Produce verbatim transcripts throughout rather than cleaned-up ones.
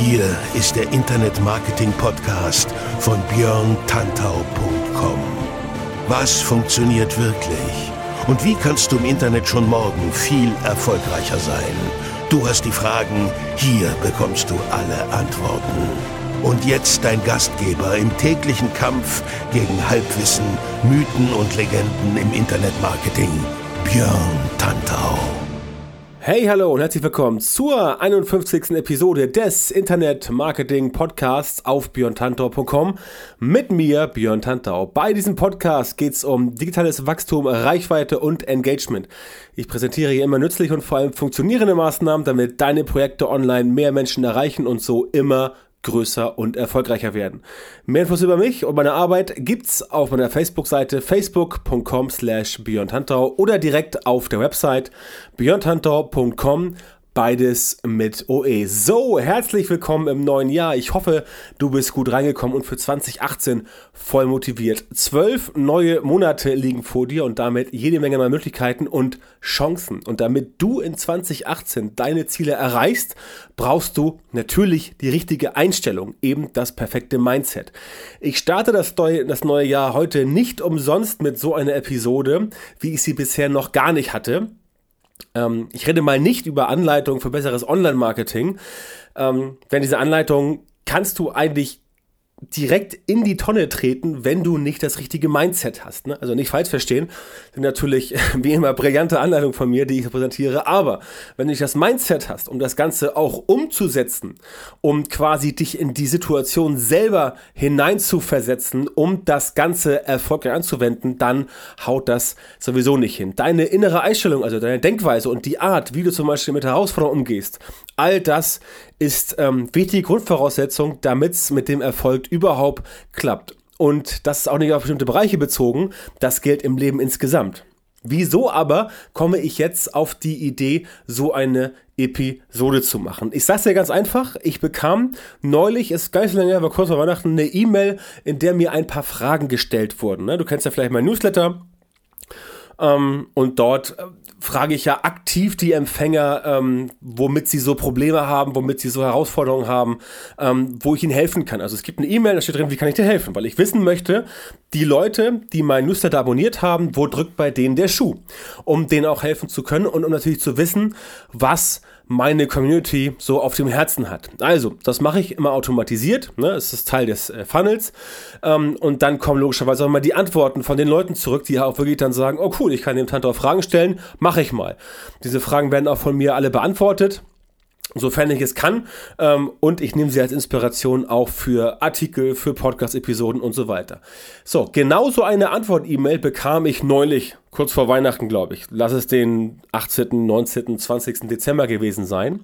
Hier ist der Internet-Marketing-Podcast von björn tantau punkt com. Was funktioniert wirklich? Und wie kannst du im Internet schon morgen viel erfolgreicher sein? Du hast die Fragen, hier bekommst du alle Antworten. Und jetzt dein Gastgeber im täglichen Kampf gegen Halbwissen, Mythen und Legenden im Internet-Marketing, Björn Tantau. Hey, hallo und herzlich willkommen zur einundfünfzigsten Episode des Internet-Marketing-Podcasts auf björn tantau punkt com mit mir, Björn Tantau. Bei diesem Podcast geht es um digitales Wachstum, Reichweite und Engagement. Ich präsentiere hier immer nützliche und vor allem funktionierende Maßnahmen, damit deine Projekte online mehr Menschen erreichen und so immer größer und erfolgreicher werden. Mehr Infos über mich und meine Arbeit gibt's auf meiner Facebook-Seite facebook punkt com slash björn tantau oder direkt auf der Website björn tantau punkt com. Beides mit O E. So, herzlich willkommen im neuen Jahr. Ich hoffe, du bist gut reingekommen und für zwanzig achtzehn voll motiviert. Zwölf neue Monate liegen vor dir und damit jede Menge mehr Möglichkeiten und Chancen. Und damit du in zwanzig achtzehn deine Ziele erreichst, brauchst du natürlich die richtige Einstellung, eben das perfekte Mindset. Ich starte das neue, das neue Jahr heute nicht umsonst mit so einer Episode, wie ich sie bisher noch gar nicht hatte. Ähm, ich rede mal nicht über Anleitungen für besseres Online-Marketing, ähm, denn diese Anleitungen kannst du eigentlich direkt in die Tonne treten, wenn du nicht das richtige Mindset hast. Ne? Also nicht falsch verstehen, sind natürlich wie immer brillante Anleitungen von mir, die ich präsentiere, aber wenn du nicht das Mindset hast, um das Ganze auch umzusetzen, um quasi dich in die Situation selber hineinzuversetzen, um das Ganze erfolgreich anzuwenden, dann haut das sowieso nicht hin. Deine innere Einstellung, also deine Denkweise und die Art, wie du zum Beispiel mit Herausforderungen umgehst, all das ist ähm, wichtige Grundvoraussetzung, damit es mit dem Erfolg überhaupt klappt. Und das ist auch nicht auf bestimmte Bereiche bezogen, das gilt im Leben insgesamt. Wieso aber komme ich jetzt auf die Idee, so eine Episode zu machen? Ich sage es dir ganz einfach, ich bekam neulich, ist gar nicht so lange her, war kurz vor Weihnachten, eine E-Mail, in der mir ein paar Fragen gestellt wurden. Du kennst ja vielleicht mein Newsletter. Ähm, und dort äh, frage ich ja aktiv die Empfänger, ähm, womit sie so Probleme haben, womit sie so Herausforderungen haben, ähm, wo ich ihnen helfen kann. Also es gibt eine E-Mail, da steht drin, wie kann ich dir helfen? Weil ich wissen möchte, die Leute, die mein Newsletter abonniert haben, wo drückt bei denen der Schuh? Um denen auch helfen zu können und um natürlich zu wissen, was meine Community so auf dem Herzen hat. Also, das mache ich immer automatisiert, ne? Das ist Teil des äh, Funnels. Ähm, und dann kommen logischerweise auch immer die Antworten von den Leuten zurück, die auch wirklich dann sagen, oh cool, ich kann dem Tantau Fragen stellen, mache ich mal. Diese Fragen werden auch von mir alle beantwortet, sofern ich es kann, ähm, und ich nehme sie als Inspiration auch für Artikel, für Podcast-Episoden und so weiter. So, genauso eine Antwort-E-Mail bekam ich neulich, kurz vor Weihnachten, glaube ich. Lass es den achtzehnten, neunzehnten, zwanzigsten Dezember gewesen sein.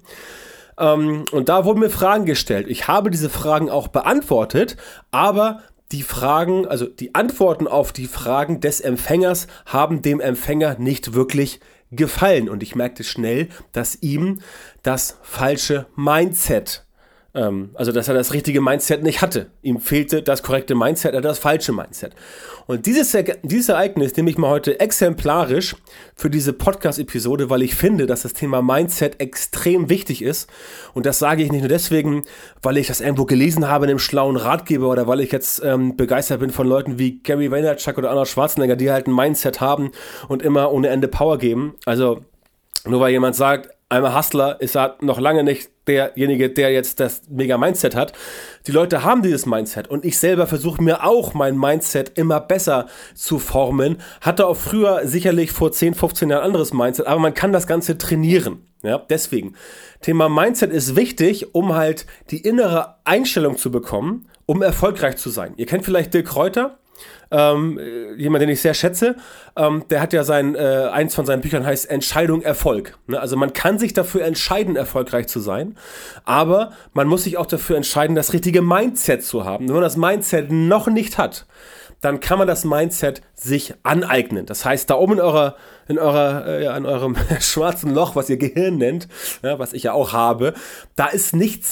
Ähm, und da wurden mir Fragen gestellt. Ich habe diese Fragen auch beantwortet, aber die Fragen, also die Antworten auf die Fragen des Empfängers haben dem Empfänger nicht wirklich gefallen. Und ich merkte schnell, dass ihm das falsche Mindset, ähm, also dass er das richtige Mindset nicht hatte. Ihm fehlte das korrekte Mindset, oder das falsche Mindset. Und dieses, dieses Ereignis nehme ich mal heute exemplarisch für diese Podcast-Episode, weil ich finde, dass das Thema Mindset extrem wichtig ist. Und das sage ich nicht nur deswegen, weil ich das irgendwo gelesen habe in einem schlauen Ratgeber oder weil ich jetzt ähm, begeistert bin von Leuten wie Gary Vaynerchuk oder Arnold Schwarzenegger, die halt ein Mindset haben und immer ohne Ende Power geben. Also nur weil jemand sagt, einmal Hustler, ist er noch lange nicht derjenige, der jetzt das Mega-Mindset hat. Die Leute haben dieses Mindset und ich selber versuche mir auch mein Mindset immer besser zu formen. Hatte auch früher sicherlich vor zehn, fünfzehn Jahren anderes Mindset, aber man kann das Ganze trainieren. Ja, deswegen. Thema Mindset ist wichtig, um halt die innere Einstellung zu bekommen, um erfolgreich zu sein. Ihr kennt vielleicht Dirk Kräuter. Ähm, jemand, den ich sehr schätze, ähm, der hat ja sein, äh, eins von seinen Büchern heißt Entscheidung Erfolg. Ne? Also man kann sich dafür entscheiden, erfolgreich zu sein, aber man muss sich auch dafür entscheiden, das richtige Mindset zu haben. Wenn man das Mindset noch nicht hat, dann kann man das Mindset sich aneignen. Das heißt, da oben in eurer, in eurer, äh, ja, in eurem schwarzen Loch, was ihr Gehirn nennt, ja, was ich ja auch habe, da ist nichts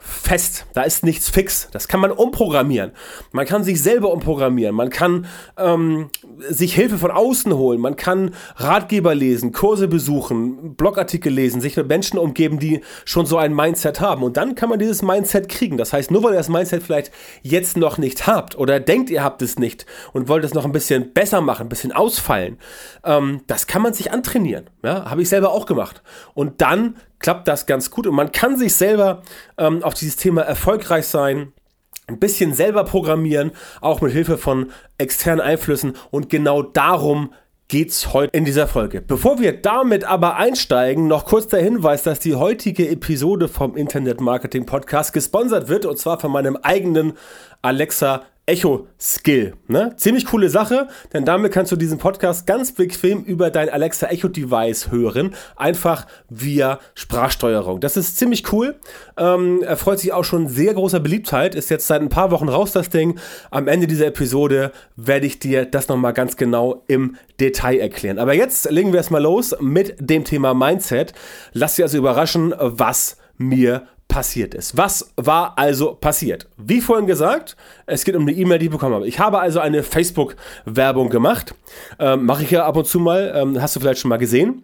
fest, da ist nichts fix. Das kann man umprogrammieren. Man kann sich selber umprogrammieren. Man kann ähm, sich Hilfe von außen holen. Man kann Ratgeber lesen, Kurse besuchen, Blogartikel lesen, sich mit Menschen umgeben, die schon so ein Mindset haben. Und dann kann man dieses Mindset kriegen. Das heißt, nur weil ihr das Mindset vielleicht jetzt noch nicht habt oder denkt, ihr habt es nicht und wollt es noch ein bisschen besser machen, ein bisschen ausfallen, ähm, das kann man sich antrainieren. Ja, habe ich selber auch gemacht. Und dann klappt das ganz gut und man kann sich selber ähm, auf dieses Thema erfolgreich sein, ein bisschen selber programmieren, auch mit Hilfe von externen Einflüssen, und genau darum geht's heute in dieser Folge. Bevor wir damit aber einsteigen, noch kurz der Hinweis, dass die heutige Episode vom Internet Marketing Podcast gesponsert wird, und zwar von meinem eigenen Alexa Echo Skill. Ne? Ziemlich coole Sache, denn damit kannst du diesen Podcast ganz bequem über dein Alexa Echo Device hören, einfach via Sprachsteuerung. Das ist ziemlich cool, ähm, erfreut sich auch schon sehr großer Beliebtheit, ist jetzt seit ein paar Wochen raus, das Ding. Am Ende dieser Episode werde ich dir das nochmal ganz genau im Detail erklären. Aber jetzt legen wir erstmal los mit dem Thema Mindset. Lass dich also überraschen, was mir passiert ist. Was war also passiert? Wie vorhin gesagt, es geht um eine E-Mail, die ich bekommen habe. Ich habe also eine Facebook-Werbung gemacht. Ähm, mache ich ja ab und zu mal. Ähm, hast du vielleicht schon mal gesehen.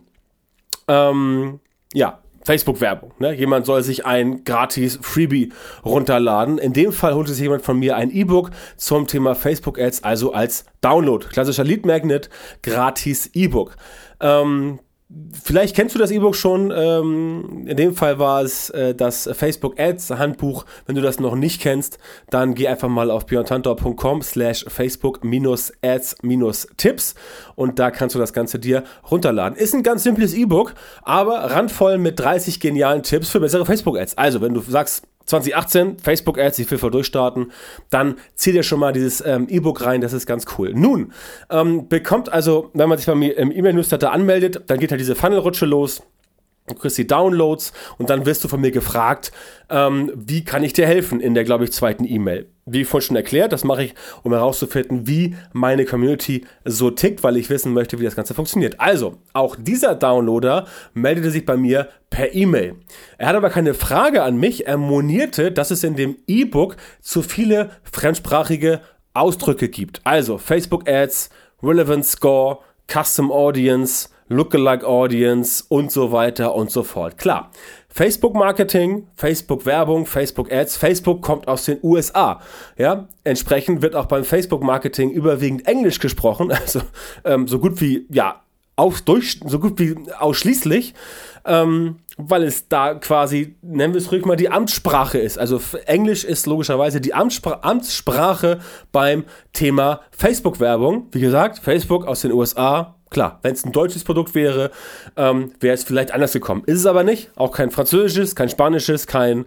Ähm, ja, Facebook-Werbung. Ne? Jemand soll sich ein gratis Freebie runterladen. In dem Fall holte sich jemand von mir ein E-Book zum Thema Facebook-Ads, also als Download. Klassischer Lead Magnet, gratis E-Book. Ähm, Vielleicht kennst du das E-Book schon, ähm, in dem Fall war es äh, das Facebook Ads Handbuch. Wenn du das noch nicht kennst, dann geh einfach mal auf björntantor.com slash Facebook minus Ads minus Tipps und da kannst du das Ganze dir runterladen. Ist ein ganz simples E-Book, aber randvoll mit dreißig genialen Tipps für bessere Facebook Ads. Also wenn du sagst, zwanzig achtzehn, Facebook Ads, ich will voll durchstarten, dann zieh dir schon mal dieses ähm, E-Book rein, das ist ganz cool. Nun, ähm, bekommt also, wenn man sich bei mir im E-Mail-Newsletter anmeldet, dann geht halt diese Funnelrutsche los. Du kriegst die Downloads und dann wirst du von mir gefragt, ähm, wie kann ich dir helfen in der, glaube ich, zweiten E-Mail. Wie vorhin schon erklärt, das mache ich, um herauszufinden, wie meine Community so tickt, weil ich wissen möchte, wie das Ganze funktioniert. Also, auch dieser Downloader meldete sich bei mir per E-Mail. Er hat aber keine Frage an mich, er monierte, dass es in dem E-Book zu viele fremdsprachige Ausdrücke gibt. Also, Facebook Ads, Relevant Score, Custom Audience, Lookalike Audience und so weiter und so fort. Klar, Facebook Marketing, Facebook Werbung, Facebook Ads, Facebook kommt aus den U S A. Ja, entsprechend wird auch beim Facebook Marketing überwiegend Englisch gesprochen, also ähm, so gut wie, ja, auf, durch, so gut wie ausschließlich, ähm, weil es da quasi, nennen wir es ruhig mal, die Amtssprache ist. Also Englisch ist logischerweise die Amtsspr- Amtssprache beim Thema Facebook-Werbung. Wie gesagt, Facebook aus den U S A. Klar, wenn es ein deutsches Produkt wäre, ähm, wäre es vielleicht anders gekommen. Ist es aber nicht. Auch kein französisches, kein spanisches, kein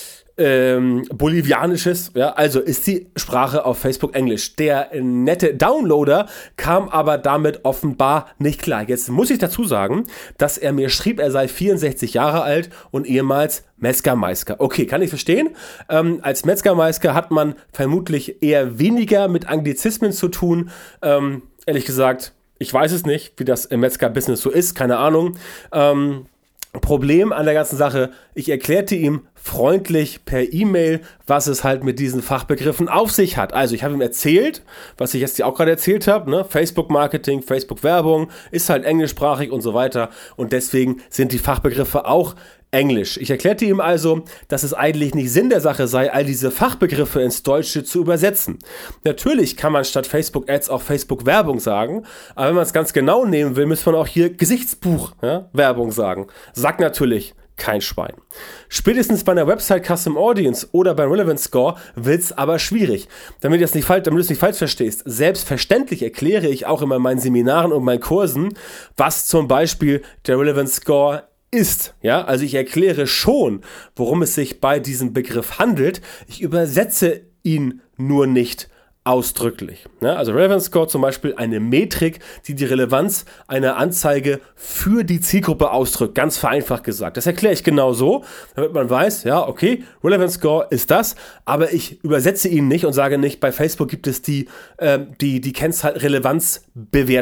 ähm, bolivianisches. Ja? Also ist die Sprache auf Facebook Englisch. Der nette Downloader kam aber damit offenbar nicht klar. Jetzt muss ich dazu sagen, dass er mir schrieb, er sei vierundsechzig Jahre alt und ehemals Metzgermeister. Okay, kann ich verstehen. Ähm, als Metzgermeister hat man vermutlich eher weniger mit Anglizismen zu tun. Ähm, ehrlich gesagt, ich weiß es nicht, wie das im Metzger-Business so ist, keine Ahnung. Ähm, Problem an der ganzen Sache, ich erklärte ihm freundlich per E-Mail, was es halt mit diesen Fachbegriffen auf sich hat. Also ich habe ihm erzählt, was ich jetzt dir auch gerade erzählt habe, ne? Facebook-Marketing, Facebook-Werbung, ist halt englischsprachig und so weiter und deswegen sind die Fachbegriffe auch Englisch. Ich erklärte ihm also, dass es eigentlich nicht Sinn der Sache sei, all diese Fachbegriffe ins Deutsche zu übersetzen. Natürlich kann man statt Facebook-Ads auch Facebook-Werbung sagen, aber wenn man es ganz genau nehmen will, müsste man auch hier Gesichtsbuch-Werbung ja, sagen. Sagt natürlich kein Schwein. Spätestens bei einer Website Custom Audience oder beim Relevant Score wird es aber schwierig. Damit du es nicht falsch, damit du es nicht falsch verstehst, selbstverständlich erkläre ich auch immer in meinen Seminaren und meinen Kursen, was zum Beispiel der Relevant Score ist, ja, also ich erkläre schon, worum es sich bei diesem Begriff handelt. Ich übersetze ihn nur nicht ausdrücklich. Ja, also Relevance Score zum Beispiel eine Metrik, die die Relevanz einer Anzeige für die Zielgruppe ausdrückt, ganz vereinfacht gesagt. Das erkläre ich genau so, damit man weiß, ja, okay, Relevance Score ist das, aber ich übersetze ihn nicht und sage nicht, bei Facebook gibt es die, äh, die, die Kennzahl Relevanzbewertung.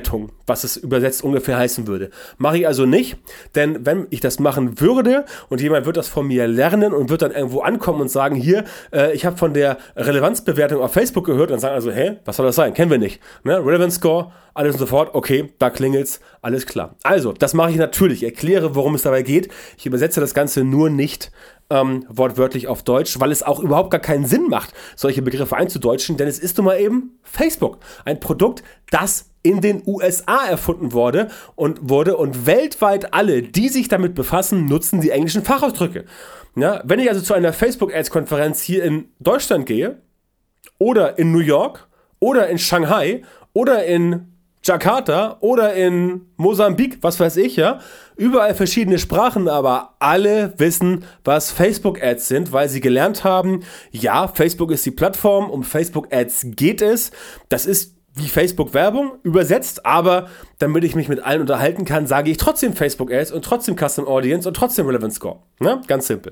was es übersetzt ungefähr heißen würde. Mache ich also nicht, denn wenn ich das machen würde und jemand wird das von mir lernen und wird dann irgendwo ankommen und sagen, hier, äh, ich habe von der Relevanzbewertung auf Facebook gehört, dann sagen also, hä, was soll das sein? Kennen wir nicht. Ne? Relevance Score, alles und so fort, okay, da klingelt's, alles klar. Also, das mache ich natürlich, erkläre, worum es dabei geht. Ich übersetze das Ganze nur nicht ähm, wortwörtlich auf Deutsch, weil es auch überhaupt gar keinen Sinn macht, solche Begriffe einzudeutschen, denn es ist nun mal eben Facebook. Ein Produkt, das in den U S A erfunden wurde und wurde und weltweit alle, die sich damit befassen, nutzen die englischen Fachausdrücke. Ja, wenn ich also zu einer Facebook-Ads-Konferenz hier in Deutschland gehe oder in New York oder in Shanghai oder in Jakarta oder in Mosambik, was weiß ich, ja, überall verschiedene Sprachen, aber alle wissen, was Facebook-Ads sind, weil sie gelernt haben, ja, Facebook ist die Plattform, um Facebook-Ads geht es, das ist wie Facebook-Werbung übersetzt, aber damit ich mich mit allen unterhalten kann, sage ich trotzdem Facebook-Ads und trotzdem Custom Audience und trotzdem Relevance Score. Ne? Ganz simpel.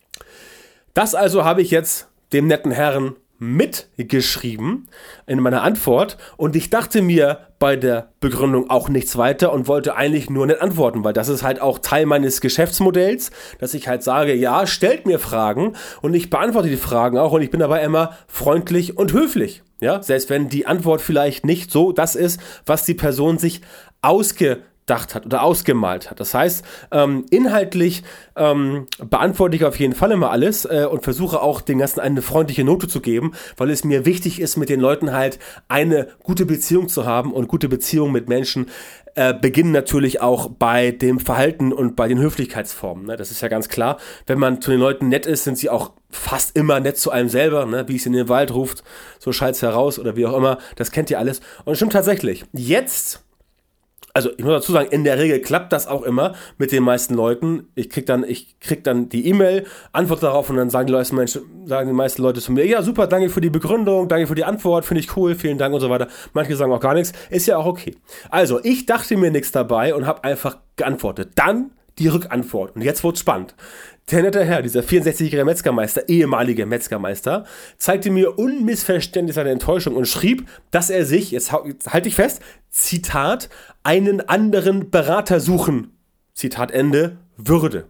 Das also habe ich jetzt dem netten Herrn mitgeschrieben in meiner Antwort und ich dachte mir bei der Begründung auch nichts weiter und wollte eigentlich nur nicht antworten, weil das ist halt auch Teil meines Geschäftsmodells, dass ich halt sage, ja, stellt mir Fragen und ich beantworte die Fragen auch und ich bin dabei immer freundlich und höflich. Ja, selbst wenn die Antwort vielleicht nicht so das ist, was die Person sich ausgedacht hat oder ausgemalt hat. Das heißt, ähm, inhaltlich ähm, beantworte ich auf jeden Fall immer alles äh, und versuche auch den Ganzen eine freundliche Note zu geben, weil es mir wichtig ist, mit den Leuten halt eine gute Beziehung zu haben und gute Beziehungen mit Menschen äh, beginnen natürlich auch bei dem Verhalten und bei den Höflichkeitsformen. Ne? Das ist ja ganz klar. Wenn man zu den Leuten nett ist, sind sie auch fast immer nett zu einem selber, ne? Wie es in den Wald ruft, so schallt's heraus oder wie auch immer. Das kennt ihr alles. Und es stimmt tatsächlich. Jetzt Also ich muss dazu sagen, in der Regel klappt das auch immer mit den meisten Leuten. Ich krieg dann, ich krieg dann die E-Mail, antworte darauf und dann sagen die, Leute, Menschen, sagen die meisten Leute zu mir, ja super, danke für die Begründung, danke für die Antwort, finde ich cool, vielen Dank und so weiter. Manche sagen auch gar nichts, ist ja auch okay. Also ich dachte mir nichts dabei und habe einfach geantwortet. Dann die Rückantwort. Und jetzt wird's spannend. Der nette Herr, dieser vierundsechzigjährige Metzgermeister, ehemalige Metzgermeister, zeigte mir unmissverständlich seine Enttäuschung und schrieb, dass er sich, jetzt halte ich fest, Zitat, einen anderen Berater suchen, Zitat Ende, würde.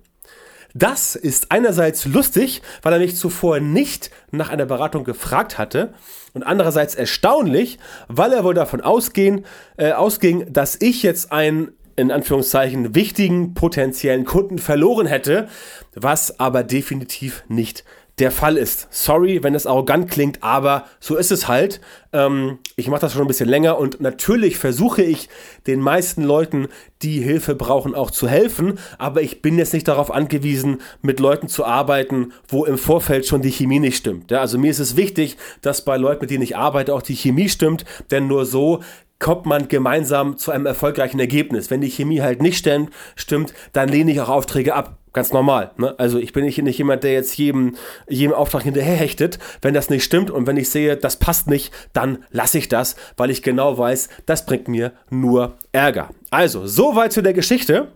Das ist einerseits lustig, weil er mich zuvor nicht nach einer Beratung gefragt hatte und andererseits erstaunlich, weil er wohl davon ausgehen, äh, ausging, dass ich jetzt ein in Anführungszeichen wichtigen potenziellen Kunden verloren hätte, was aber definitiv nicht der Fall ist. Sorry, wenn es arrogant klingt, aber so ist es halt. Ähm, ich mache das schon ein bisschen länger und natürlich versuche ich den meisten Leuten, die Hilfe brauchen, auch zu helfen, aber ich bin jetzt nicht darauf angewiesen, mit Leuten zu arbeiten, wo im Vorfeld schon die Chemie nicht stimmt. Ja, also mir ist es wichtig, dass bei Leuten, mit denen ich arbeite, auch die Chemie stimmt, denn nur so kommt man gemeinsam zu einem erfolgreichen Ergebnis. Wenn die Chemie halt nicht stimmt, stimmt, dann lehne ich auch Aufträge ab. Ganz normal. Ne? Also ich bin nicht, nicht jemand, der jetzt jedem, jedem Auftrag hinterherhechtet. Wenn das nicht stimmt und wenn ich sehe, das passt nicht, dann lasse ich das, weil ich genau weiß, das bringt mir nur Ärger. Also, soweit zu der Geschichte.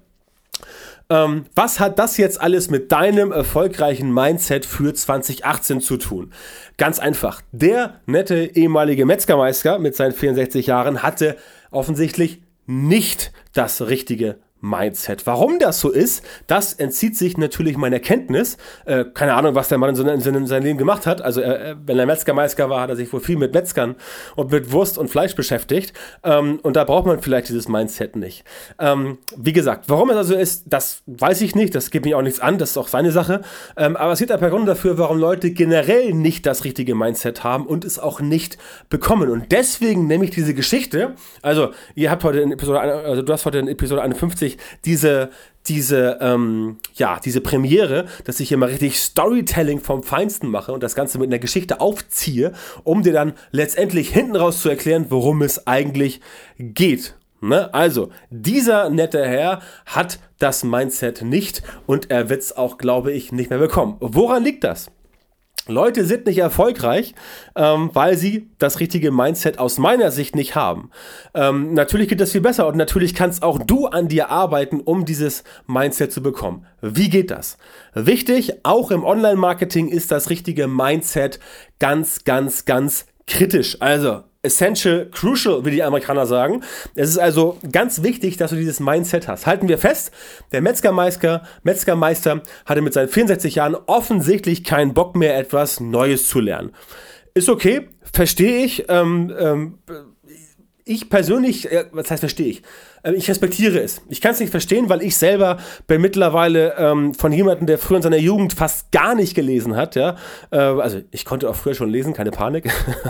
Ähm, was hat das jetzt alles mit deinem erfolgreichen Mindset für zwanzig achtzehn zu tun? Ganz einfach. Der nette ehemalige Metzgermeister mit seinen vierundsechzig Jahren hatte offensichtlich nicht das richtige Mindset. Warum das so ist, das entzieht sich natürlich meiner Kenntnis. Äh, keine Ahnung, was der Mann in, so, in, in seinem Leben gemacht hat. Also äh, wenn er Metzgermeister war, hat er sich wohl viel mit Metzgern und mit Wurst und Fleisch beschäftigt. Ähm, und da braucht man vielleicht dieses Mindset nicht. Ähm, wie gesagt, warum es also ist, das weiß ich nicht. Das geht mich auch nichts an. Das ist auch seine Sache. Ähm, aber es gibt ein paar Gründe dafür, warum Leute generell nicht das richtige Mindset haben und es auch nicht bekommen. Und deswegen nehme ich diese Geschichte. Also ihr habt heute in Episode, also du hast heute in Episode einundfünfzig diese, diese, ähm, ja, diese Premiere, dass ich hier mal richtig Storytelling vom Feinsten mache und das Ganze mit einer Geschichte aufziehe, um dir dann letztendlich hinten raus zu erklären, worum es eigentlich geht. Ne? Also, dieser nette Herr hat das Mindset nicht und er wird es auch, glaube ich, nicht mehr bekommen. Woran liegt das? Leute sind nicht erfolgreich, ähm, weil sie das richtige Mindset aus meiner Sicht nicht haben. Ähm, natürlich geht das viel besser und natürlich kannst auch du an dir arbeiten, um dieses Mindset zu bekommen. Wie geht das? Wichtig, auch im Online-Marketing ist das richtige Mindset ganz, ganz, ganz kritisch. Also, essential, crucial, wie die Amerikaner sagen. Es ist also ganz wichtig, dass du dieses Mindset hast. Halten wir fest, der Metzgermeister, Metzgermeister hatte mit seinen vierundsechzig Jahren offensichtlich keinen Bock mehr, etwas Neues zu lernen. Ist okay, verstehe ich. Ähm, ähm, ich persönlich, äh, was heißt verstehe ich? Ich respektiere es. Ich kann es nicht verstehen, weil ich selber bin mittlerweile ähm, von jemandem, der früher in seiner Jugend fast gar nicht gelesen hat. Ja? Äh, also ich konnte auch früher schon lesen, keine Panik.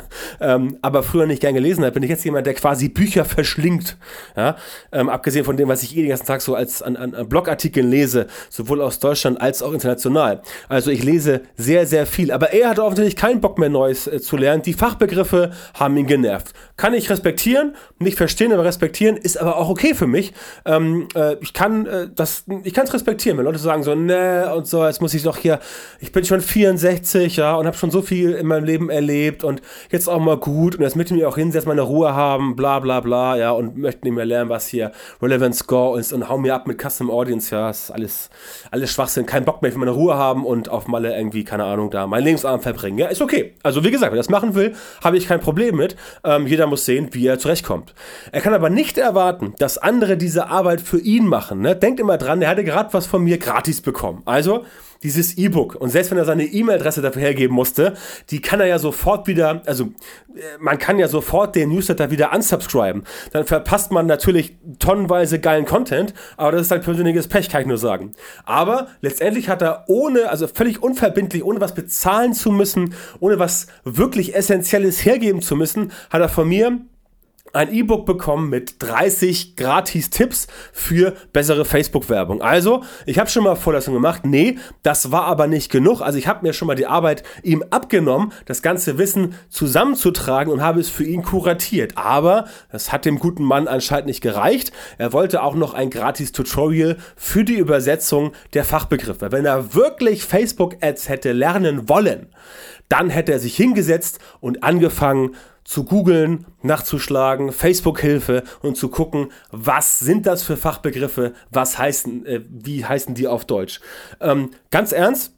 ähm, aber früher nicht gern gelesen hat, bin ich jetzt jemand, der quasi Bücher verschlingt. Ja? Ähm, abgesehen von dem, was ich eh den ganzen Tag so als an, an, an Blogartikeln lese, sowohl aus Deutschland als auch international. Also ich lese sehr, sehr viel. Aber er hatte offensichtlich keinen Bock mehr, Neues äh, zu lernen. Die Fachbegriffe haben ihn genervt. Kann ich respektieren, nicht verstehen, aber respektieren, ist aber auch okay für mich. Ähm, äh, ich kann äh, das, ich kann es respektieren, wenn Leute sagen so, ne und so, jetzt muss ich doch hier, ich bin schon vierundsechzig, ja, und habe schon so viel in meinem Leben erlebt und jetzt auch mal gut und jetzt möchte ich mir auch hinsetzen, meine Ruhe haben, bla bla bla, ja, und möchte nicht mehr lernen, was hier Relevant Score ist und hau mir ab mit Custom Audience, ja, ist alles, alles Schwachsinn, kein Bock mehr, ich will meine Ruhe haben und auf Malle irgendwie, keine Ahnung, da meinen Lebensabend verbringen, ja, ist okay. Also wie gesagt, wer das machen will, habe ich kein Problem mit. Ähm, jeder muss sehen, wie er zurechtkommt. Er kann aber nicht erwarten, dass andere diese Arbeit für ihn machen. Ne? Denkt immer dran, er hatte gerade was von mir gratis bekommen. Also dieses E-Book. Und selbst wenn er seine E-Mail-Adresse dafür hergeben musste, die kann er ja sofort wieder, also man kann ja sofort den Newsletter wieder unsubscriben. Dann verpasst man natürlich tonnenweise geilen Content, aber das ist ein persönliches Pech, kann ich nur sagen. Aber letztendlich hat er ohne, also völlig unverbindlich, ohne was bezahlen zu müssen, ohne was wirklich Essentielles hergeben zu müssen, hat er von mir ein E-Book bekommen mit dreißig Gratis-Tipps für bessere Facebook-Werbung. Also, ich habe schon mal Vorlesungen gemacht. Nee, das war aber nicht genug. Also, ich habe mir schon mal die Arbeit ihm abgenommen, das ganze Wissen zusammenzutragen und habe es für ihn kuratiert. Aber das hat dem guten Mann anscheinend nicht gereicht. Er wollte auch noch ein Gratis-Tutorial für die Übersetzung der Fachbegriffe. Wenn er wirklich Facebook-Ads hätte lernen wollen, dann hätte er sich hingesetzt und angefangen, zu googeln, nachzuschlagen, Facebook-Hilfe und zu gucken, was sind das für Fachbegriffe, was heißen, äh, wie heißen die auf Deutsch. Ähm, ganz ernst,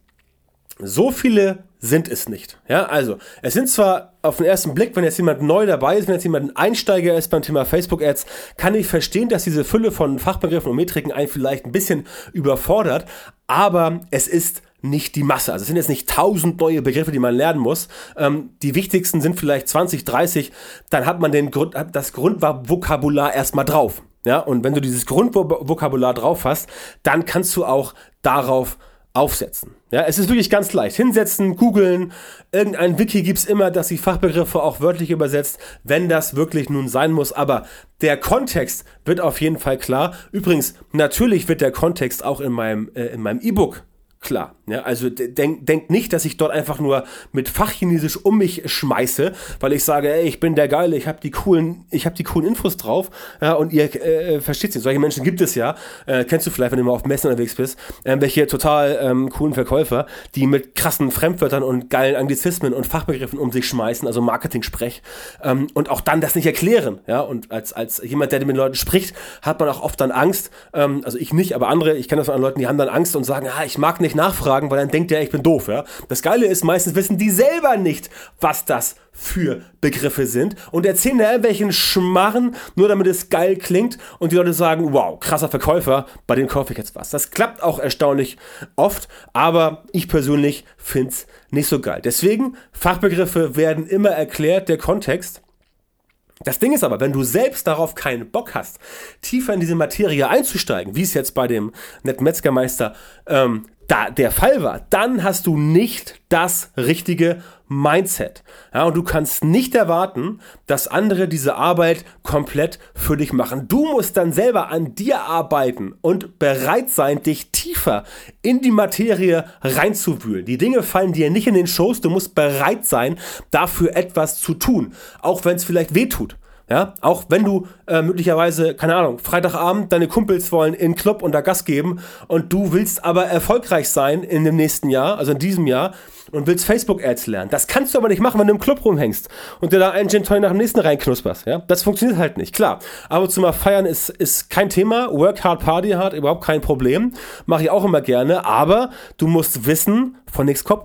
so viele sind es nicht. Ja, also, es sind zwar auf den ersten Blick, wenn jetzt jemand neu dabei ist, wenn jetzt jemand ein Einsteiger ist beim Thema Facebook-Ads, kann ich verstehen, dass diese Fülle von Fachbegriffen und Metriken einen vielleicht ein bisschen überfordert, aber es ist nicht die Masse. Also es sind jetzt nicht tausend neue Begriffe, die man lernen muss. Ähm, die wichtigsten sind vielleicht zwanzig, dreißig. Dann hat man den Grund, das Grundvokabular erstmal drauf. Ja? Und wenn du dieses Grundvokabular drauf hast, dann kannst du auch darauf aufsetzen. Ja, es ist wirklich ganz leicht. Hinsetzen, googeln, irgendein Wiki gibt's immer, das die Fachbegriffe auch wörtlich übersetzt, wenn das wirklich nun sein muss. Aber der Kontext wird auf jeden Fall klar. Übrigens, natürlich wird der Kontext auch in meinem, äh, in meinem E-Book klar. Ja, also denk, denk nicht, dass ich dort einfach nur mit Fachchinesisch um mich schmeiße, weil ich sage, ey, ich bin der Geile, ich habe die coolen, ich habe die coolen Infos drauf, ja, und ihr äh, versteht sie. Solche Menschen gibt es ja. Äh, kennst du vielleicht, wenn du mal auf Messen unterwegs bist, äh, welche total ähm, coolen Verkäufer, die mit krassen Fremdwörtern und geilen Anglizismen und Fachbegriffen um sich schmeißen, also Marketing-Sprech, ähm, und auch dann das nicht erklären. Ja, und als als jemand, der mit Leuten spricht, hat man auch oft dann Angst. Ähm, also ich nicht, aber andere, ich kenne das von anderen Leuten, die haben dann Angst und sagen, ah, ich mag nicht nachfragen, weil dann denkt der, ich bin doof. Ja? Das Geile ist, meistens wissen die selber nicht, was das für Begriffe sind und erzählen da irgendwelchen Schmarren, nur damit es geil klingt und die Leute sagen, wow, krasser Verkäufer, bei dem kaufe ich jetzt was. Das klappt auch erstaunlich oft, aber ich persönlich finde es nicht so geil. Deswegen, Fachbegriffe werden immer erklärt, der Kontext. Das Ding ist aber, wenn du selbst darauf keinen Bock hast, tiefer in diese Materie einzusteigen, wie es jetzt bei dem netten Metzgermeister ähm, da der Fall war, dann hast du nicht das richtige Mindset. Ja, und du kannst nicht erwarten, dass andere diese Arbeit komplett für dich machen. Du musst dann selber an dir arbeiten und bereit sein, dich tiefer in die Materie reinzuwühlen. Die Dinge fallen dir nicht in den Schoß, du musst bereit sein, dafür etwas zu tun, auch wenn es vielleicht wehtut. Ja, auch wenn du äh, möglicherweise, keine Ahnung, Freitagabend deine Kumpels wollen in den Club und da Gas geben und du willst aber erfolgreich sein in dem nächsten Jahr, also in diesem Jahr, und willst Facebook-Ads lernen. Das kannst du aber nicht machen, wenn du im Club rumhängst und dir da einen Gin Tonic nach dem nächsten reinknusperst. Ja? Das funktioniert halt nicht. Klar, ab und zu mal feiern ist, ist kein Thema. Work hard, party hard, überhaupt kein Problem. Mache ich auch immer gerne. Aber du musst wissen, von nichts kommt nichts.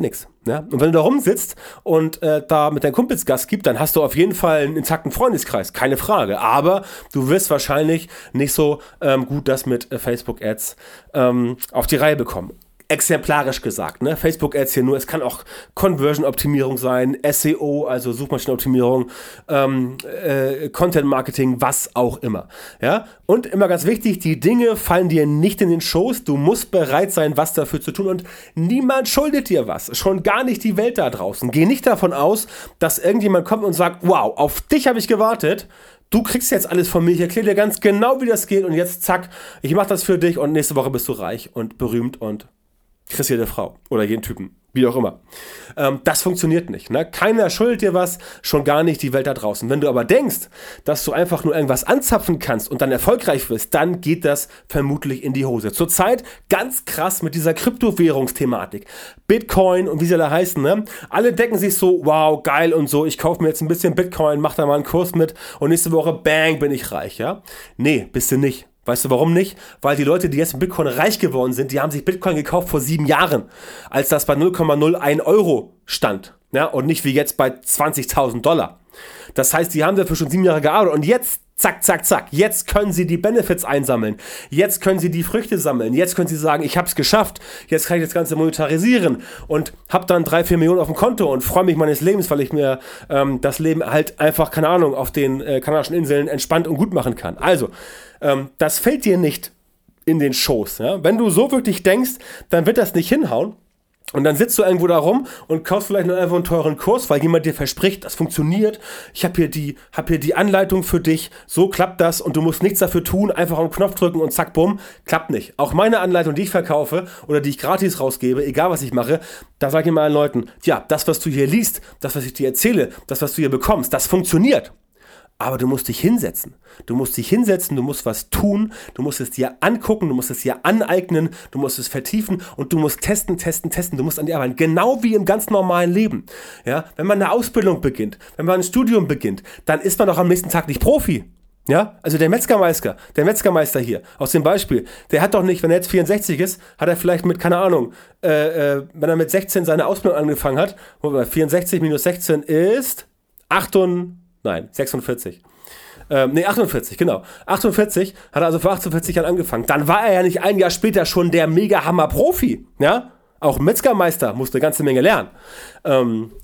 Ja? Und wenn du da rumsitzt und äh, da mit deinen Kumpels Gas gibst, dann hast du auf jeden Fall einen intakten Freundeskreis, keine Frage. Aber du wirst wahrscheinlich nicht so ähm, gut das mit äh, Facebook-Ads ähm, auf die Reihe bekommen. Exemplarisch gesagt, ne? Facebook-Ads hier nur, es kann auch Conversion-Optimierung sein, S E O, also Suchmaschinenoptimierung, ähm, äh, Content-Marketing, was auch immer. Ja? Und immer ganz wichtig, die Dinge fallen dir nicht in den Schoß, du musst bereit sein, was dafür zu tun und niemand schuldet dir was, schon gar nicht die Welt da draußen. Geh nicht davon aus, dass irgendjemand kommt und sagt, wow, auf dich habe ich gewartet, du kriegst jetzt alles von mir, ich erkläre dir ganz genau, wie das geht und jetzt zack, ich mache das für dich und nächste Woche bist du reich und berühmt und kriegst jede Frau oder jeden Typen, wie auch immer. Ähm, das funktioniert nicht. Ne? Keiner schuldet dir was, schon gar nicht die Welt da draußen. Wenn du aber denkst, dass du einfach nur irgendwas anzapfen kannst und dann erfolgreich wirst, dann geht das vermutlich in die Hose. Zurzeit ganz krass mit dieser Kryptowährungsthematik. Bitcoin und wie sie da heißen. Ne? Alle decken sich so, wow, geil und so, ich kaufe mir jetzt ein bisschen Bitcoin, mach da mal einen Kurs mit und nächste Woche, bang, bin ich reich. Ja? Nee, bist du nicht. Weißt du, warum nicht? Weil die Leute, die jetzt mit Bitcoin reich geworden sind, die haben sich Bitcoin gekauft vor sieben Jahren, als das bei null Komma null eins Euro stand. Ja, und nicht wie jetzt bei zwanzigtausend Dollar. Das heißt, die haben dafür schon sieben Jahre gearbeitet und jetzt, zack, zack, zack, jetzt können sie die Benefits einsammeln. Jetzt können sie die Früchte sammeln. Jetzt können sie sagen, ich habe es geschafft. Jetzt kann ich das Ganze monetarisieren und habe dann drei, vier Millionen auf dem Konto und freue mich meines Lebens, weil ich mir ähm, das Leben halt einfach, keine Ahnung, auf den äh, Kanarischen Inseln entspannt und gut machen kann. Also, ähm, das fällt dir nicht in den Schoß. Ja? Wenn du so wirklich denkst, dann wird das nicht hinhauen. Und dann sitzt du irgendwo da rum und kaufst vielleicht noch einfach einen teuren Kurs, weil jemand dir verspricht, das funktioniert. Ich habe hier die, hab hier die Anleitung für dich, so klappt das und du musst nichts dafür tun, einfach auf den Knopf drücken und zack, bumm, klappt nicht. Auch meine Anleitung, die ich verkaufe oder die ich gratis rausgebe, egal was ich mache, da sage ich mal den Leuten, ja, das, was du hier liest, das, was ich dir erzähle, das, was du hier bekommst, das funktioniert. Aber du musst dich hinsetzen. Du musst dich hinsetzen, du musst was tun, du musst es dir angucken, du musst es dir aneignen, du musst es vertiefen und du musst testen, testen, testen. Du musst an dir arbeiten. Genau wie im ganz normalen Leben. Ja? Wenn man eine Ausbildung beginnt, wenn man ein Studium beginnt, dann ist man doch am nächsten Tag nicht Profi. Ja, also der Metzgermeister, der Metzgermeister hier, aus dem Beispiel, der hat doch nicht, wenn er jetzt vierundsechzig ist, hat er vielleicht mit, keine Ahnung, äh, äh, wenn er mit sechzehn seine Ausbildung angefangen hat, vierundsechzig minus sechzehn ist achtundvierzig. Nein, sechsundvierzig. Ähm, nee, achtundvierzig, genau. achtundvierzig hat er also vor achtundvierzig Jahren angefangen. Dann war er ja nicht ein Jahr später schon der Mega-Hammer-Profi. Ja? Auch Metzgermeister musste eine ganze Menge lernen. Ähm,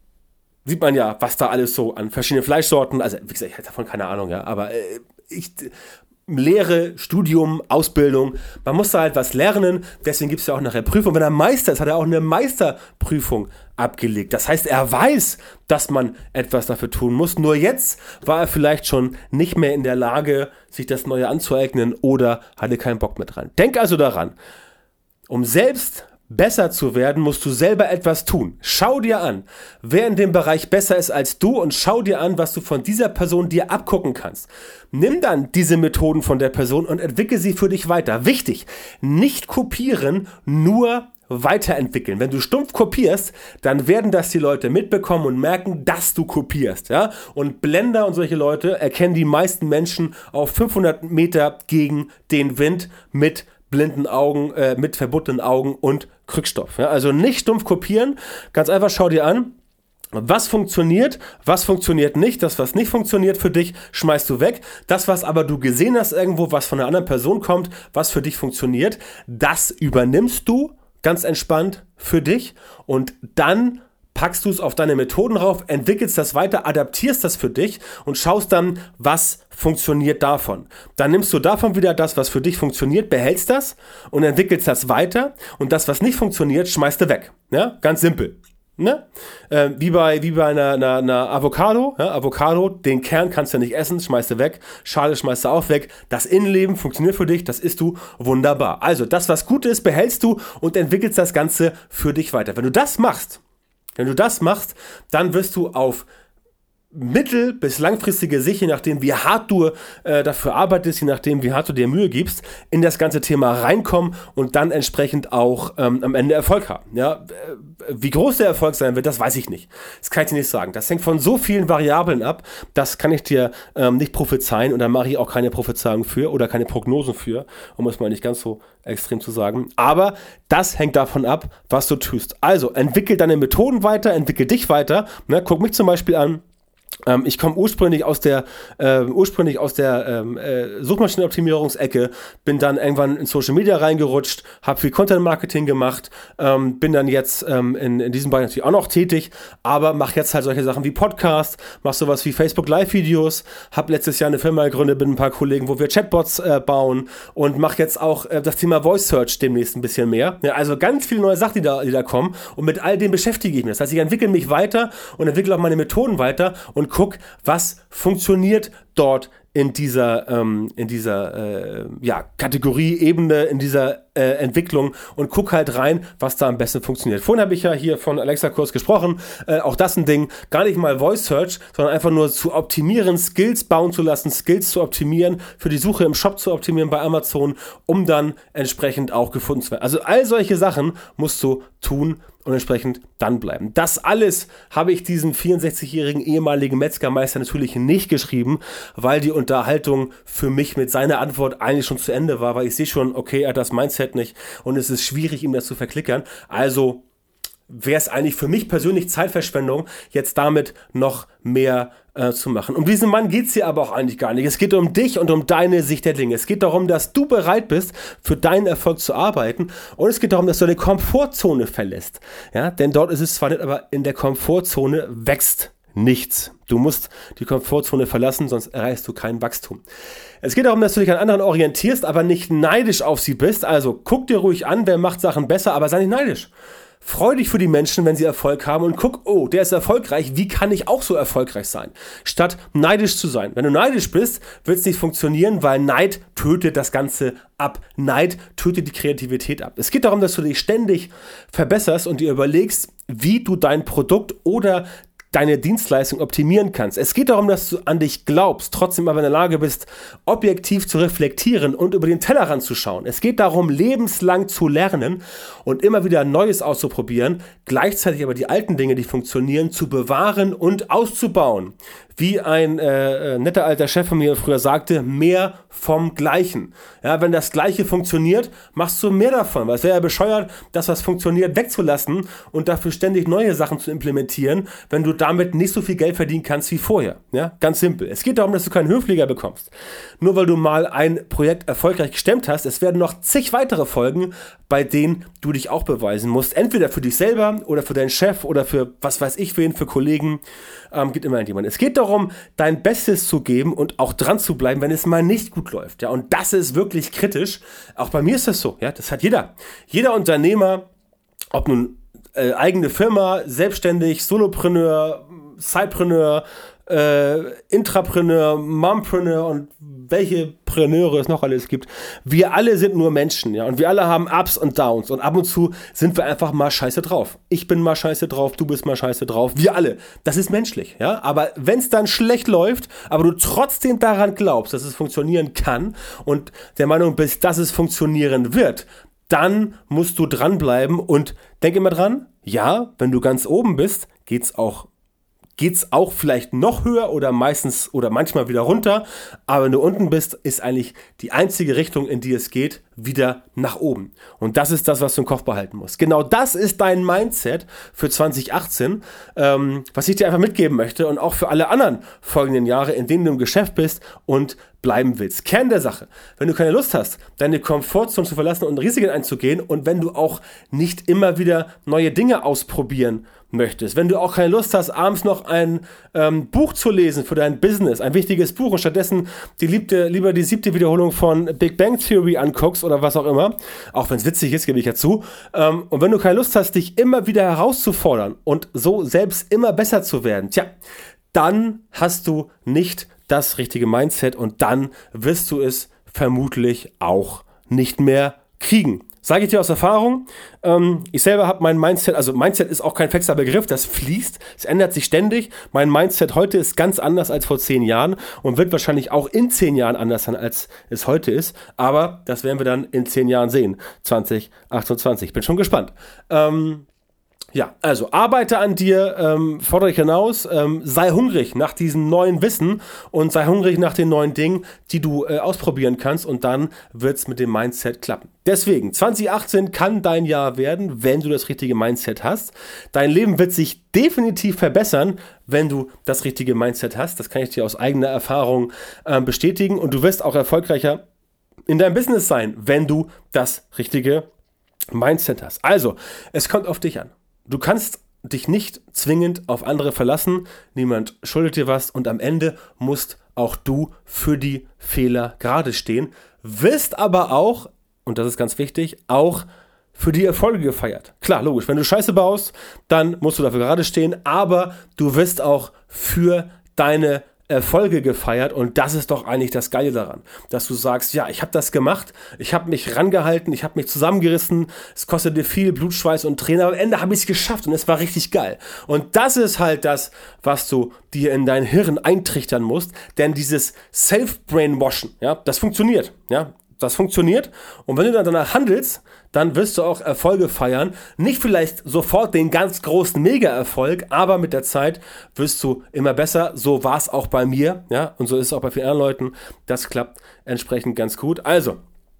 sieht man ja, was da alles so an verschiedenen Fleischsorten, also wie gesagt, ich hatte davon keine Ahnung, ja, aber äh, ich... Lehre, Studium, Ausbildung, man muss da halt was lernen, deswegen gibt es ja auch nachher Prüfung. Wenn er Meister ist, hat er auch eine Meisterprüfung abgelegt. Das heißt, er weiß, dass man etwas dafür tun muss, nur jetzt war er vielleicht schon nicht mehr in der Lage, sich das Neue anzueignen oder hatte keinen Bock mehr dran. Denk also daran, um selbst besser zu werden, musst du selber etwas tun. Schau dir an, wer in dem Bereich besser ist als du und schau dir an, was du von dieser Person dir abgucken kannst. Nimm dann diese Methoden von der Person und entwickle sie für dich weiter. Wichtig, nicht kopieren, nur weiterentwickeln. Wenn du stumpf kopierst, dann werden das die Leute mitbekommen und merken, dass du kopierst. Ja? Und Blender und solche Leute erkennen die meisten Menschen auf fünfhundert Meter gegen den Wind mit blinden Augen, äh, mit verbundenen Augen und Krückstoff. Ja? Also nicht stumpf kopieren, ganz einfach schau dir an, was funktioniert, was funktioniert nicht, das, was nicht funktioniert für dich, schmeißt du weg. Das, was aber du gesehen hast irgendwo, was von einer anderen Person kommt, was für dich funktioniert, das übernimmst du ganz entspannt für dich und dann packst du es auf deine Methoden rauf, entwickelst das weiter, adaptierst das für dich und schaust dann, was funktioniert davon. Dann nimmst du davon wieder das, was für dich funktioniert, behältst das und entwickelst das weiter und das, was nicht funktioniert, schmeißt du weg. Ja, ganz simpel. Ne? Äh, wie bei, wie bei einer, einer, einer Avocado. Ja? Avocado, den Kern kannst du nicht essen, schmeißt du weg. Schale schmeißt du auch weg. Das Innenleben funktioniert für dich, das isst du wunderbar. Also das, was gut ist, behältst du und entwickelst das Ganze für dich weiter. Wenn du das machst, Wenn du das machst, dann wirst du auf mittel- bis langfristige Sicht, je nachdem, wie hart du äh, dafür arbeitest, je nachdem, wie hart du dir Mühe gibst, in das ganze Thema reinkommen und dann entsprechend auch ähm, am Ende Erfolg haben. Ja? Wie groß der Erfolg sein wird, das weiß ich nicht. Das kann ich dir nicht sagen. Das hängt von so vielen Variablen ab, das kann ich dir ähm, nicht prophezeien und da mache ich auch keine Prophezeiung für oder keine Prognosen für, um es mal nicht ganz so extrem zu sagen. Aber das hängt davon ab, was du tust. Also, entwickel deine Methoden weiter, entwickel dich weiter. Ne? Guck mich zum Beispiel an. Ähm, ich komme ursprünglich aus der äh, ursprünglich aus der ähm, äh, Suchmaschinenoptimierungsecke, bin dann irgendwann in Social Media reingerutscht, habe viel Content Marketing gemacht, ähm, bin dann jetzt ähm, in, in diesem Bereich natürlich auch noch tätig, aber mache jetzt halt solche Sachen wie Podcast, mache sowas wie Facebook Live Videos, habe letztes Jahr eine Firma gegründet mit ein paar Kollegen, wo wir Chatbots äh, bauen und mache jetzt auch äh, das Thema Voice Search demnächst ein bisschen mehr. Ja, also ganz viele neue Sachen, die da, die da kommen und mit all dem beschäftige ich mich. Das heißt, ich entwickle mich weiter und entwickle auch meine Methoden weiter und guck, was funktioniert dort in dieser, ähm, in dieser äh, ja, Kategorie, Ebene, in dieser äh, Entwicklung und guck halt rein, was da am besten funktioniert. Vorhin habe ich ja hier von Alexa Kurs gesprochen, äh, auch das ein Ding, gar nicht mal Voice Search, sondern einfach nur zu optimieren, Skills bauen zu lassen, Skills zu optimieren, für die Suche im Shop zu optimieren bei Amazon, um dann entsprechend auch gefunden zu werden. Also all solche Sachen musst du tun und entsprechend dann bleiben. Das alles habe ich diesem vierundsechzigjährigen ehemaligen Metzgermeister natürlich nicht geschrieben, weil die Unterhaltung für mich mit seiner Antwort eigentlich schon zu Ende war, weil ich sehe schon, okay, er hat das Mindset nicht und es ist schwierig, ihm das zu verklickern. Also wäre es eigentlich für mich persönlich Zeitverschwendung, jetzt damit noch mehr äh, zu machen. Um diesen Mann geht es hier aber auch eigentlich gar nicht. Es geht um dich und um deine Sicht der Dinge. Es geht darum, dass du bereit bist, für deinen Erfolg zu arbeiten und es geht darum, dass du deine Komfortzone verlässt. Ja? Denn dort ist es zwar nicht, aber in der Komfortzone wächst nichts. Du musst die Komfortzone verlassen, sonst erreichst du kein Wachstum. Es geht darum, dass du dich an anderen orientierst, aber nicht neidisch auf sie bist. Also guck dir ruhig an, wer macht Sachen besser, aber sei nicht neidisch. Freu dich für die Menschen, wenn sie Erfolg haben und guck, oh, der ist erfolgreich, wie kann ich auch so erfolgreich sein? Statt neidisch zu sein. Wenn du neidisch bist, wird es nicht funktionieren, weil Neid tötet das Ganze ab. Neid tötet die Kreativität ab. Es geht darum, dass du dich ständig verbesserst und dir überlegst, wie du dein Produkt oder deine Dienstleistung optimieren kannst. Es geht darum, dass du an dich glaubst, trotzdem aber in der Lage bist, objektiv zu reflektieren und über den Tellerrand zu schauen. Es geht darum, lebenslang zu lernen und immer wieder Neues auszuprobieren, gleichzeitig aber die alten Dinge, die funktionieren, zu bewahren und auszubauen. Wie ein äh, netter alter Chef von mir früher sagte, mehr vom Gleichen. Ja, wenn das Gleiche funktioniert, machst du mehr davon. Weil es wäre ja bescheuert, das, was funktioniert, wegzulassen und dafür ständig neue Sachen zu implementieren, wenn du damit nicht so viel Geld verdienen kannst wie vorher. Ja, ganz simpel. Es geht darum, dass du keinen Höhenflieger bekommst. Nur weil du mal ein Projekt erfolgreich gestemmt hast, es werden noch zig weitere folgen, bei denen du dich auch beweisen musst. Entweder für dich selber oder für deinen Chef oder für was weiß ich wen, für Kollegen. Ähm, gibt immer irgendjemand. Es geht darum, dein Bestes zu geben und auch dran zu bleiben, wenn es mal nicht gut läuft. Ja, und das ist wirklich kritisch. Auch bei mir ist das so. Ja, das hat jeder. Jeder Unternehmer, ob nun äh, eigene Firma, selbstständig, Solopreneur, Sidepreneur, äh, Intrapreneur, Mompreneur und welche Preneure es noch alles gibt. Wir alle sind nur Menschen, ja, und wir alle haben Ups und Downs und ab und zu sind wir einfach mal scheiße drauf. Ich bin mal scheiße drauf, du bist mal scheiße drauf, wir alle. Das ist menschlich, ja, aber wenn es dann schlecht läuft, aber du trotzdem daran glaubst, dass es funktionieren kann und der Meinung bist, dass es funktionieren wird, dann musst du dranbleiben und denk immer dran, ja, wenn du ganz oben bist, geht's auch geht's auch vielleicht noch höher oder meistens oder manchmal wieder runter, aber wenn du unten bist, ist eigentlich die einzige Richtung, in die es geht, wieder nach oben. Und das ist das, was du im Kopf behalten musst. Genau das ist dein Mindset für zwanzig achtzehn, ähm, was ich dir einfach mitgeben möchte und auch für alle anderen folgenden Jahre, in denen du im Geschäft bist und bleiben willst. Kern der Sache, wenn du keine Lust hast, deine Komfortzone zu verlassen und Risiken einzugehen und wenn du auch nicht immer wieder neue Dinge ausprobieren möchtest, wenn du auch keine Lust hast, abends noch ein ähm, Buch zu lesen für dein Business, ein wichtiges Buch und stattdessen die liebte, lieber die siebte Wiederholung von Big Bang Theory anguckst oder was auch immer, auch wenn es witzig ist, gebe ich ja zu, ähm, und wenn du keine Lust hast, dich immer wieder herauszufordern und so selbst immer besser zu werden, tja, dann hast du nicht das richtige Mindset und dann wirst du es vermutlich auch nicht mehr kriegen. sage ich dir aus Erfahrung, ähm, ich selber habe mein Mindset, also Mindset ist auch kein fester Begriff, das fließt, es ändert sich ständig. Mein Mindset heute ist ganz anders als vor zehn Jahren und wird wahrscheinlich auch in zehn Jahren anders sein, als es heute ist. Aber das werden wir dann in zehn Jahren sehen, zwanzig achtundzwanzig. Bin schon gespannt. Ähm, Ja, also arbeite an dir, ähm, fordere dich hinaus, ähm, sei hungrig nach diesem neuen Wissen und sei hungrig nach den neuen Dingen, die du äh, ausprobieren kannst, und dann wird es mit dem Mindset klappen. Deswegen, zwanzig achtzehn kann dein Jahr werden, wenn du das richtige Mindset hast. Dein Leben wird sich definitiv verbessern, wenn du das richtige Mindset hast. Das kann ich dir aus eigener Erfahrung äh, bestätigen, und du wirst auch erfolgreicher in deinem Business sein, wenn du das richtige Mindset hast. Also, es kommt auf dich an. Du kannst dich nicht zwingend auf andere verlassen, niemand schuldet dir was, und am Ende musst auch du für die Fehler gerade stehen, wirst aber auch, und das ist ganz wichtig, auch für die Erfolge gefeiert. Klar, logisch, wenn du Scheiße baust, dann musst du dafür gerade stehen, aber du wirst auch für deine Erfolge gefeiert, und das ist doch eigentlich das Geile daran, dass du sagst, ja, ich habe das gemacht, ich habe mich rangehalten, ich habe mich zusammengerissen, es kostete viel Blut, Schweiß und Tränen, aber am Ende habe ich es geschafft und es war richtig geil. Und das ist halt das, was du dir in dein Hirn eintrichtern musst, denn dieses Self-Brainwashen, ja, das funktioniert, ja, das funktioniert, und wenn du dann danach handelst, dann wirst du auch Erfolge feiern. Nicht vielleicht sofort den ganz großen Mega-Erfolg, aber mit der Zeit wirst du immer besser. So war es auch bei mir, ja, und so ist es auch bei vielen anderen Leuten. Das klappt entsprechend ganz gut. Also,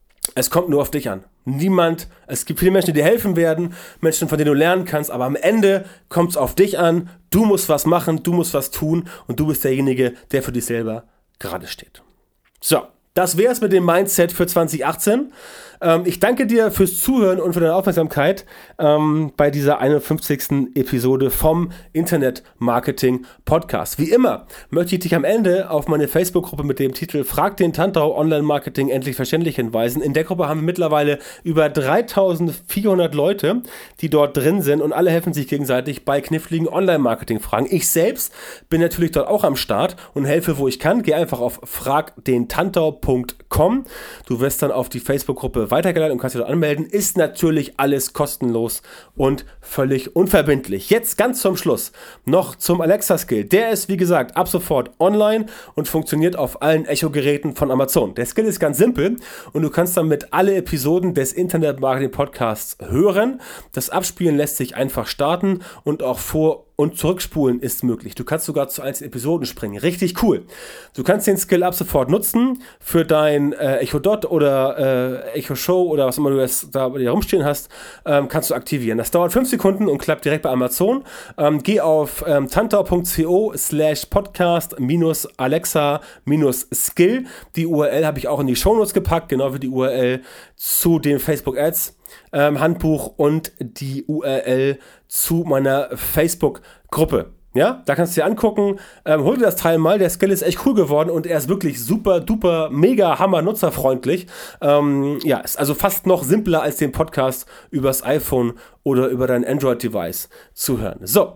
es kommt nur auf dich an. Niemand, es gibt viele Menschen, die dir helfen werden, Menschen, von denen du lernen kannst, aber am Ende kommt es auf dich an. Du musst was machen, du musst was tun, und du bist derjenige, der für dich selber gerade steht. So. Das wäre es mit dem Mindset für zwanzig achtzehn. Ähm, ich danke dir fürs Zuhören und für deine Aufmerksamkeit ähm, bei dieser einundfünfzigsten Episode vom Internet Marketing Podcast. Wie immer möchte ich dich am Ende auf meine Facebook-Gruppe mit dem Titel Frag den Tantau Online Marketing endlich verständlich hinweisen. In der Gruppe haben wir mittlerweile über dreitausendvierhundert Leute, die dort drin sind, und alle helfen sich gegenseitig bei kniffligen Online-Marketing-Fragen. Ich selbst bin natürlich dort auch am Start und helfe, wo ich kann. Geh einfach auf frag den tantau punkt com. Du wirst dann auf die Facebook-Gruppe weitergeleitet und kannst dich dort anmelden. Ist natürlich alles kostenlos und völlig unverbindlich. Jetzt ganz zum Schluss noch zum Alexa-Skill. Der ist, wie gesagt, ab sofort online und funktioniert auf allen Echo-Geräten von Amazon. Der Skill ist ganz simpel, und du kannst damit alle Episoden des Internet-Marketing-Podcasts hören. Das Abspielen lässt sich einfach starten, und auch vor- und zurückspulen ist möglich. Du kannst sogar zu einzelnen Episoden springen. Richtig cool. Du kannst den Skill ab sofort nutzen für dein äh, Echo Dot oder äh, Echo Show oder was immer du jetzt da bei dir rumstehen hast, ähm, kannst du aktivieren. Das dauert fünf Sekunden und klappt direkt bei Amazon. Ähm, geh auf ähm, tantau punkt co slash podcast minus Alexa minus Skill. Die U R L habe ich auch in die Shownotes gepackt, genau wie die U R L zu den Facebook Ads ähm, Handbuch und die U R L zu meiner Facebook-Gruppe. Ja, da kannst du dir angucken, ähm, hol dir das Teil mal, der Skill ist echt cool geworden, und er ist wirklich super, duper, mega, hammer nutzerfreundlich. Ähm, ja, ist also fast noch simpler, als den Podcast übers iPhone oder über dein Android-Device zu hören. So,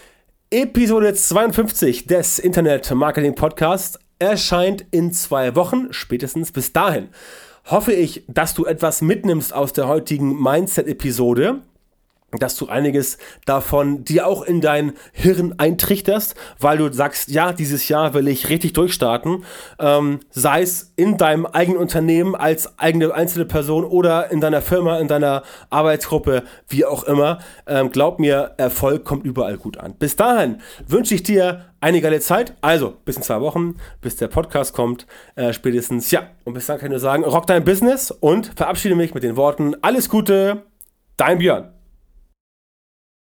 Episode zweiundfünfzig des Internet-Marketing-Podcasts erscheint in zwei Wochen, spätestens. Bis dahin hoffe ich, dass du etwas mitnimmst aus der heutigen Mindset-Episode, dass du einiges davon dir auch in dein Hirn eintrichterst, weil du sagst, ja, dieses Jahr will ich richtig durchstarten, ähm, sei es in deinem eigenen Unternehmen als eigene einzelne Person oder in deiner Firma, in deiner Arbeitsgruppe, wie auch immer. Ähm, glaub mir, Erfolg kommt überall gut an. Bis dahin wünsche ich dir eine geile Zeit, also bis in zwei Wochen, bis der Podcast kommt, äh, spätestens, ja, und bis dann kann ich nur sagen, rock dein Business, und verabschiede mich mit den Worten, alles Gute, dein Björn.